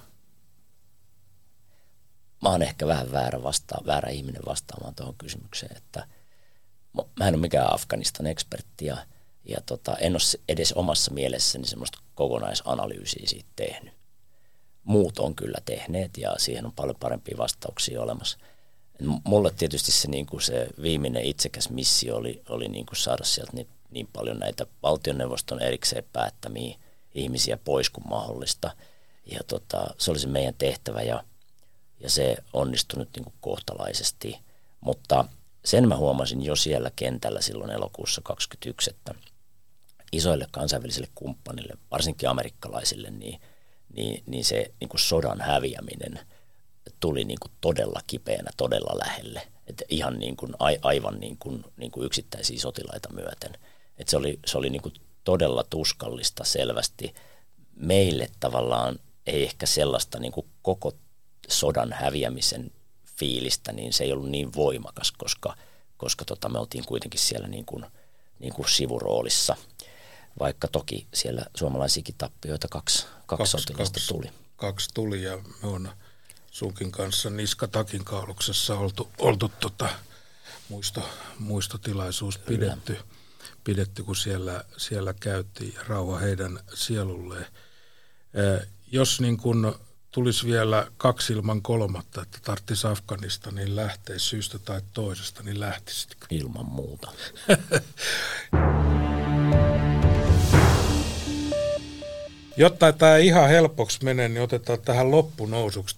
Mä oon ehkä vähän väärä ihminen vastaamaan tuohon kysymykseen, että mä en ole mikään Afganistan-ekspertti ja en ole edes omassa mielessäni semmoista kokonaisanalyysiä siitä tehnyt. Muut on kyllä tehneet ja siihen on paljon parempia vastauksia olemassa. Mulle tietysti se, niin kuin se viimeinen itsekäs missio oli niin kuin saada sieltä niin paljon näitä valtioneuvoston erikseen päättämiä ihmisiä pois kuin mahdollista. Ja se oli se meidän tehtävä ja se onnistui nyt niin kuin kohtalaisesti. Mutta sen mä huomasin jo siellä kentällä silloin elokuussa 2021, että isoille kansainvälisille kumppanille, varsinkin amerikkalaisille, niin se niin kuin sodan häviäminen tuli niin kuin todella kipeänä, todella lähelle. Että ihan niin kuin, aivan niin kuin yksittäisiä sotilaita myöten. Että se oli niin kuin todella tuskallista selvästi. Meille tavallaan ei ehkä sellaista niin kuin koko sodan häviämisen fiilistä, niin se ei ollut niin voimakas, koska me oltiin kuitenkin siellä niin kuin sivuroolissa. Vaikka toki siellä suomalaisiakin tappioita kaksi sotilasta tuli. 2 tuli ja me on sunkin kanssa niskatakin kauluksessa oltu muistotilaisuus pidetty, kun siellä käytiin rauha heidän sielulleen. Jos niin kun tulisi vielä 2 ilman 3, että tarvitsisi Afganistaniin lähteä syystä tai toisesta, niin lähtisitkö? Ilman muuta. Jotta tämä ihan helpoksi menee, niin otetaan tähän loppunousuksi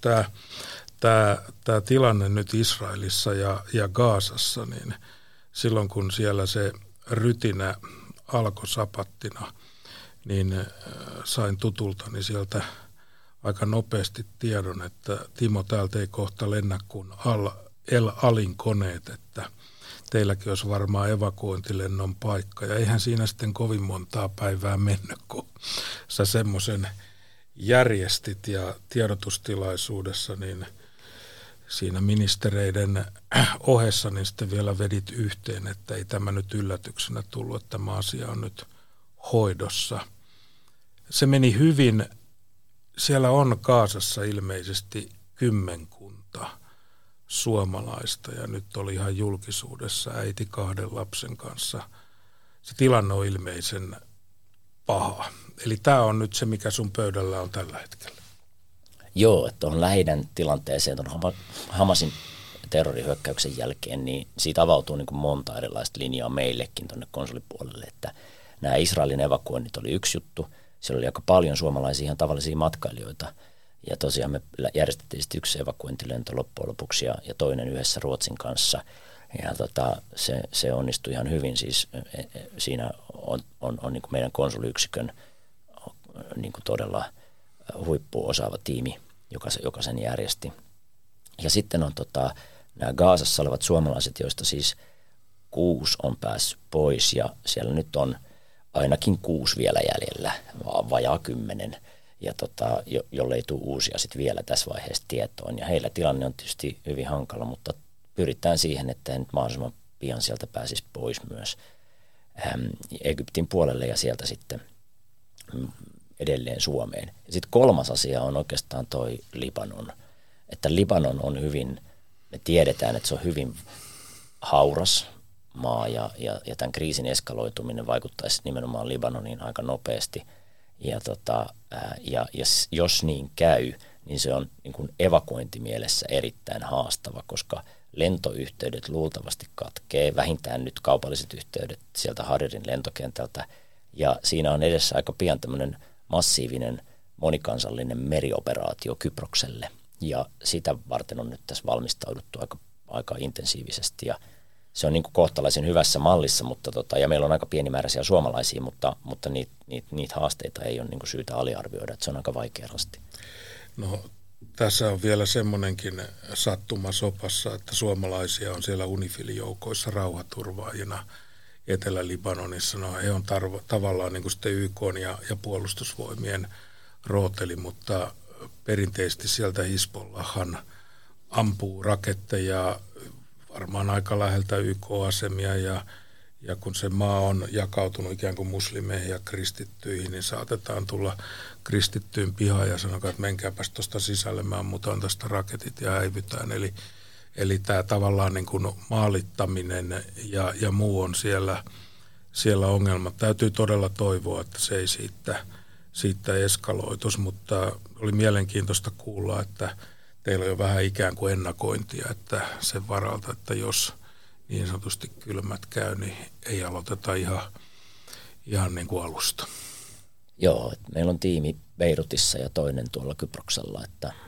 tämä tilanne nyt Israelissa ja Gazassa, niin silloin kun siellä se rytinä alkoi sapattina, niin sain tutultani sieltä aika nopeasti tiedon, että Timo, täältä ei kohta lennä kuin El Alin koneet, että teilläkin olisi varmaan evakuointilennon paikka. Ja eihän siinä sitten kovin montaa päivää mennyt, kun sä semmoisen järjestit ja tiedotustilaisuudessa, niin siinä ministereiden ohessa niin sitten vielä vedit yhteen, että ei tämä nyt yllätyksenä tullut, että tämä asia on nyt hoidossa. Se meni hyvin. Siellä on Gazassa ilmeisesti 10 suomalaista ja nyt oli ihan julkisuudessa äiti 2 lapsen kanssa. Se tilanne on ilmeisen paha. Eli tämä on nyt se, mikä sun pöydällä on tällä hetkellä. Joo, että tuohon Lähi-idän tilanteeseen, tuon Hamasin terrorihyökkäyksen jälkeen, niin siitä avautuu niin kuin monta erilaista linjaa meillekin tuonne konsulipuolelle, että nämä Israelin evakuoinnit oli yksi juttu. Siellä oli aika paljon suomalaisia ihan tavallisia matkailijoita. Ja tosiaan me järjestettiin sitten 1 evakuointilento loppujen lopuksi ja toinen yhdessä Ruotsin kanssa. Ja se onnistui ihan hyvin. Siis siinä on niin kuin meidän konsuliyksikön niin kuin todella huippuosaava tiimi, joka sen järjesti. Ja sitten on nämä Gazassa olevat suomalaiset, joista siis 6 on päässyt pois ja siellä nyt on ainakin 6 vielä jäljellä, vajaa 10. Ja jolle ei tule uusia sitten vielä tässä vaiheessa tietoon. Ja heillä tilanne on tietysti hyvin hankala, mutta pyritään siihen, että he nyt mahdollisimman pian sieltä pääsisi pois myös Egyptin puolelle ja sieltä sitten edelleen Suomeen. Ja sitten 3. asia on oikeastaan toi Libanon. Että Libanon on hyvin, me tiedetään, että se on hyvin hauras maa ja tämän kriisin eskaloituminen vaikuttaisi nimenomaan Libanoniin aika nopeasti. Ja jos niin käy, niin se on niin kuin evakuointimielessä erittäin haastava, koska lentoyhteydet luultavasti katkee, vähintään nyt kaupalliset yhteydet sieltä Haririn lentokentältä, ja siinä on edessä aika pian tämmöinen massiivinen monikansallinen merioperaatio Kyprokselle, ja sitä varten on nyt tässä valmistauduttu aika intensiivisesti, ja se on niin kuin kohtalaisen hyvässä mallissa, mutta ja meillä on aika pienimääräisiä suomalaisia, mutta niitä haasteita ei ole niin kuin syytä aliarvioida, että se on aika vaikea rasti. No tässä on vielä semmoinenkin sattuma sopassa, että suomalaisia on siellä UNIFIL-joukoissa rauhaturvaajina Etelä-Libanonissa. No he on tavallaan niin kuin sitten YK:n ja puolustusvoimien rooteli, mutta perinteisesti sieltä Hizbollahhan ampuu raketteja varmaan aika läheltä YK-asemia ja kun se maa on jakautunut ikään kuin muslimeihin ja kristittyihin, niin saatetaan tulla kristittyyn pihaan ja sanotaan, että menkääpäs tuosta sisälle, mä ammutaan tuosta raketit ja häivytään. Eli tämä tavallaan niin kuin maalittaminen ja muu on siellä siellä ongelmat. Täytyy todella toivoa, että se ei siitä eskaloitus, mutta oli mielenkiintoista kuulla, että teillä on jo vähän ikään kuin ennakointia, että sen varalta, että jos niin sanotusti kylmät käy, niin ei aloiteta ihan niin kuin alusta. Joo, meillä on tiimi Beirutissa ja toinen tuolla Kyproksella,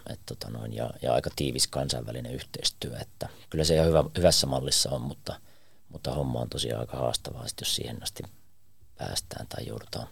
ja aika tiivis kansainvälinen yhteistyö, että kyllä se ihan hyvässä mallissa on, mutta homma on tosiaan aika haastavaa, jos siihen asti päästään tai joudutaan.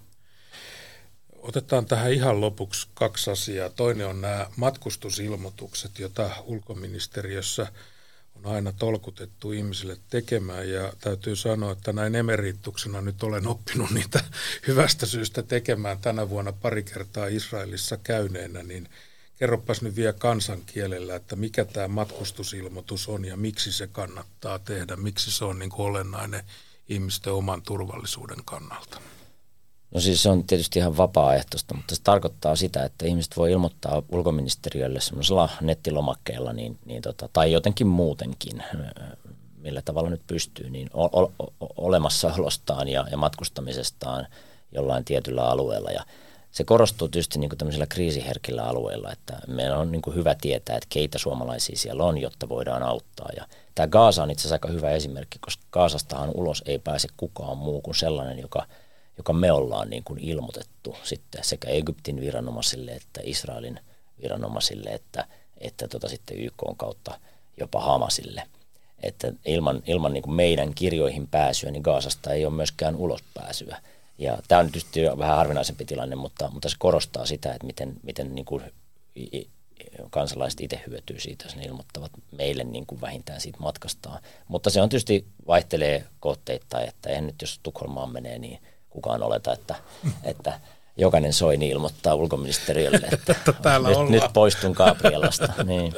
Otetaan tähän ihan lopuksi 2 asiaa. Toinen on nämä matkustusilmoitukset, joita ulkoministeriössä on aina tolkutettu ihmisille tekemään, ja täytyy sanoa, että näin emerituksena nyt olen oppinut niitä hyvästä syystä tekemään tänä vuonna pari kertaa Israelissa käyneenä, niin kerropas nyt vielä kansankielellä, että mikä tämä matkustusilmoitus on ja miksi se kannattaa tehdä, miksi se on niin kuin olennainen ihmisten oman turvallisuuden kannalta. No siis se on tietysti ihan vapaaehtoista, mutta se tarkoittaa sitä, että ihmiset voi ilmoittaa ulkoministeriölle semmoisella nettilomakkeella tai jotenkin muutenkin, millä tavalla nyt pystyy, niin olemassaolostaan ja matkustamisestaan jollain tietyllä alueella. Ja se korostuu tietysti niin kuin tämmöisillä kriisiherkillä alueilla, että meillä on niin kuin hyvä tietää, että keitä suomalaisia siellä on, jotta voidaan auttaa. Ja tämä Gaza on itse asiassa aika hyvä esimerkki, koska Gazastahan ulos ei pääse kukaan muu kuin sellainen, joka me ollaan niin kuin ilmoitettu sitten sekä Egyptin viranomaisille että Israelin viranomaisille että sitten YK:n kautta jopa Hamasille. Että ilman niin kuin meidän kirjoihin pääsyä, niin Gazasta ei ole myöskään ulospääsyä. Ja tämä on tietysti vähän harvinaisempi tilanne, mutta se korostaa sitä, että miten niin kuin kansalaiset itse hyötyy siitä, jos ne ilmoittavat meille niin kuin vähintään siitä matkastaan. Mutta se on tietysti vaihtelee kohteittain, että eihän nyt jos Tukholmaan menee, niin kukaan oleta, että jokainen Soini ilmoittaa ulkoministeriölle, että nyt poistun Gabrielasta. Niin.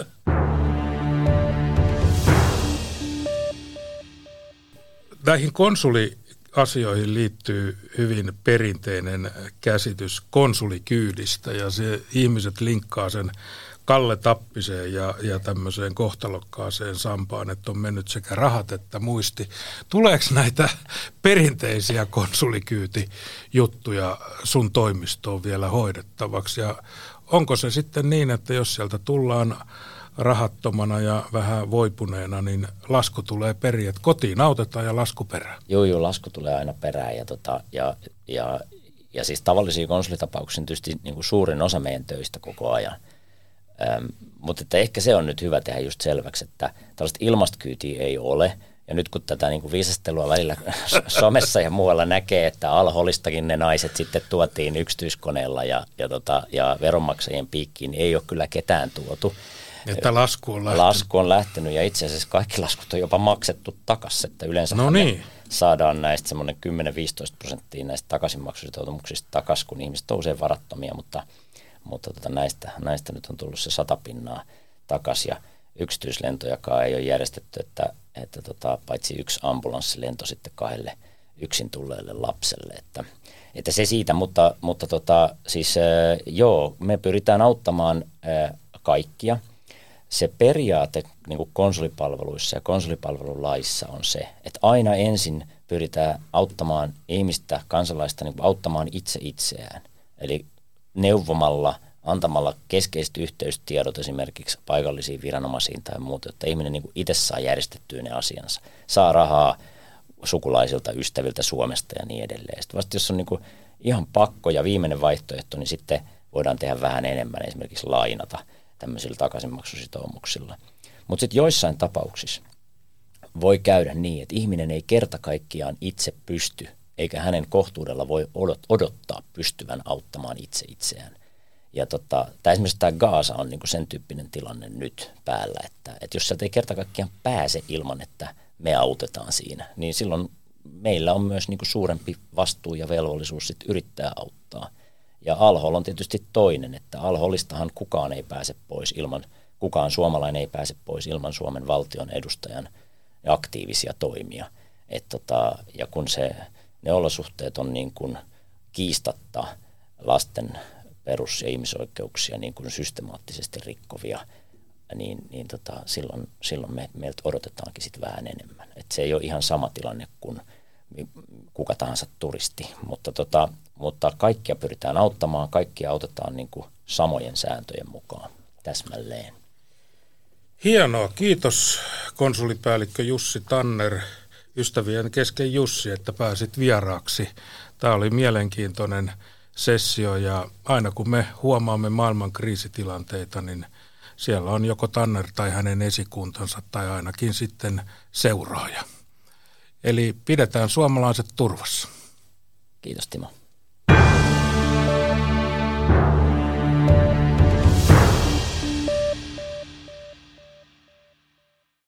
Näihin konsuliasioihin liittyy hyvin perinteinen käsitys konsulikyydistä, ja se ihmiset linkkaa sen Kalle Tappiseen ja tämmöiseen kohtalokkaaseen sampaan, että on mennyt sekä rahat että muisti. Tuleeko näitä perinteisiä konsulikyytijuttuja sun toimistoon vielä hoidettavaksi? Ja onko se sitten niin, että jos sieltä tullaan rahattomana ja vähän voipuneena, niin lasku tulee periin, että kotiin autetaan ja lasku perään? Joo, lasku tulee aina perään ja siis tavallisia konsulitapauksia on tietysti niin kuin suurin osa meidän töistä koko ajan. Mutta että ehkä se on nyt hyvä tehdä just selväksi, että tällaista ilmastkyytiä ei ole. Ja nyt kun tätä niin kuin viisastelua välillä somessa ja muualla näkee, että Al-Holistakin ne naiset sitten tuotiin yksityiskoneella ja veronmaksajien piikkiin, niin ei ole kyllä ketään tuotu. Että lasku on lähtenyt ja itse asiassa kaikki laskut on jopa maksettu takaisin, että yleensä saadaan näistä semmoinen 10-15% näistä takaisinmaksusitoumuksista takaisin, kun ihmiset on usein varattomia, mutta näistä nyt on tullut se 100% takaisin ja yksityislentojakaan ei ole järjestetty, että paitsi yksi ambulanssilento sitten 2 yksin tulleelle lapselle, että se siitä, mutta siis joo, me pyritään auttamaan kaikkia. Se periaate niin kuin konsulipalveluissa ja konsulipalvelulaissa on se, että aina ensin pyritään auttamaan ihmistä, kansalaista niin kuin auttamaan itseään. Eli neuvomalla, antamalla keskeiset yhteystiedot esimerkiksi paikallisiin viranomaisiin tai muuta, että ihminen niin kuin itse saa järjestettyä ne asiansa. Saa rahaa sukulaisilta, ystäviltä Suomesta ja niin edelleen. Sitten vasta jos on niin kuin ihan pakko ja viimeinen vaihtoehto, niin sitten voidaan tehdä vähän enemmän, esimerkiksi lainata tämmöisillä takaisinmaksusitoumuksilla. Mutta sitten joissain tapauksissa voi käydä niin, että ihminen ei kerta kaikkiaan itse pysty, eikä hänen kohtuudella voi odottaa pystyvän auttamaan itseään. Ja esimerkiksi tämä Gaza on niinku sen tyyppinen tilanne nyt päällä, että jos sieltä ei kerta kaikkiaan pääse ilman, että me autetaan siinä, niin silloin meillä on myös niinku suurempi vastuu ja velvollisuus sit yrittää auttaa. Ja Al-Hol on tietysti toinen, että Al-Holistahan kukaan suomalainen ei pääse pois ilman Suomen valtion edustajan aktiivisia toimia. Ja kun ne olosuhteet on niin kuin kiistatta lasten perus- ja ihmisoikeuksia niin kuin systemaattisesti rikkovia, niin silloin meiltä odotetaankin sit vähän enemmän. Et se ei ole ihan sama tilanne kuin kuka tahansa turisti. Mutta kaikkia pyritään auttamaan, kaikkia autetaan niin kuin samojen sääntöjen mukaan täsmälleen. Hienoa. Kiitos konsulipäällikkö Jussi Tanner, ystävien kesken Jussi, että pääsit vieraaksi. Tämä oli mielenkiintoinen sessio ja aina kun me huomaamme maailman kriisitilanteita, niin siellä on joko Tanner tai hänen esikuntansa tai ainakin sitten seuraaja. Eli pidetään suomalaiset turvassa. Kiitos Timo.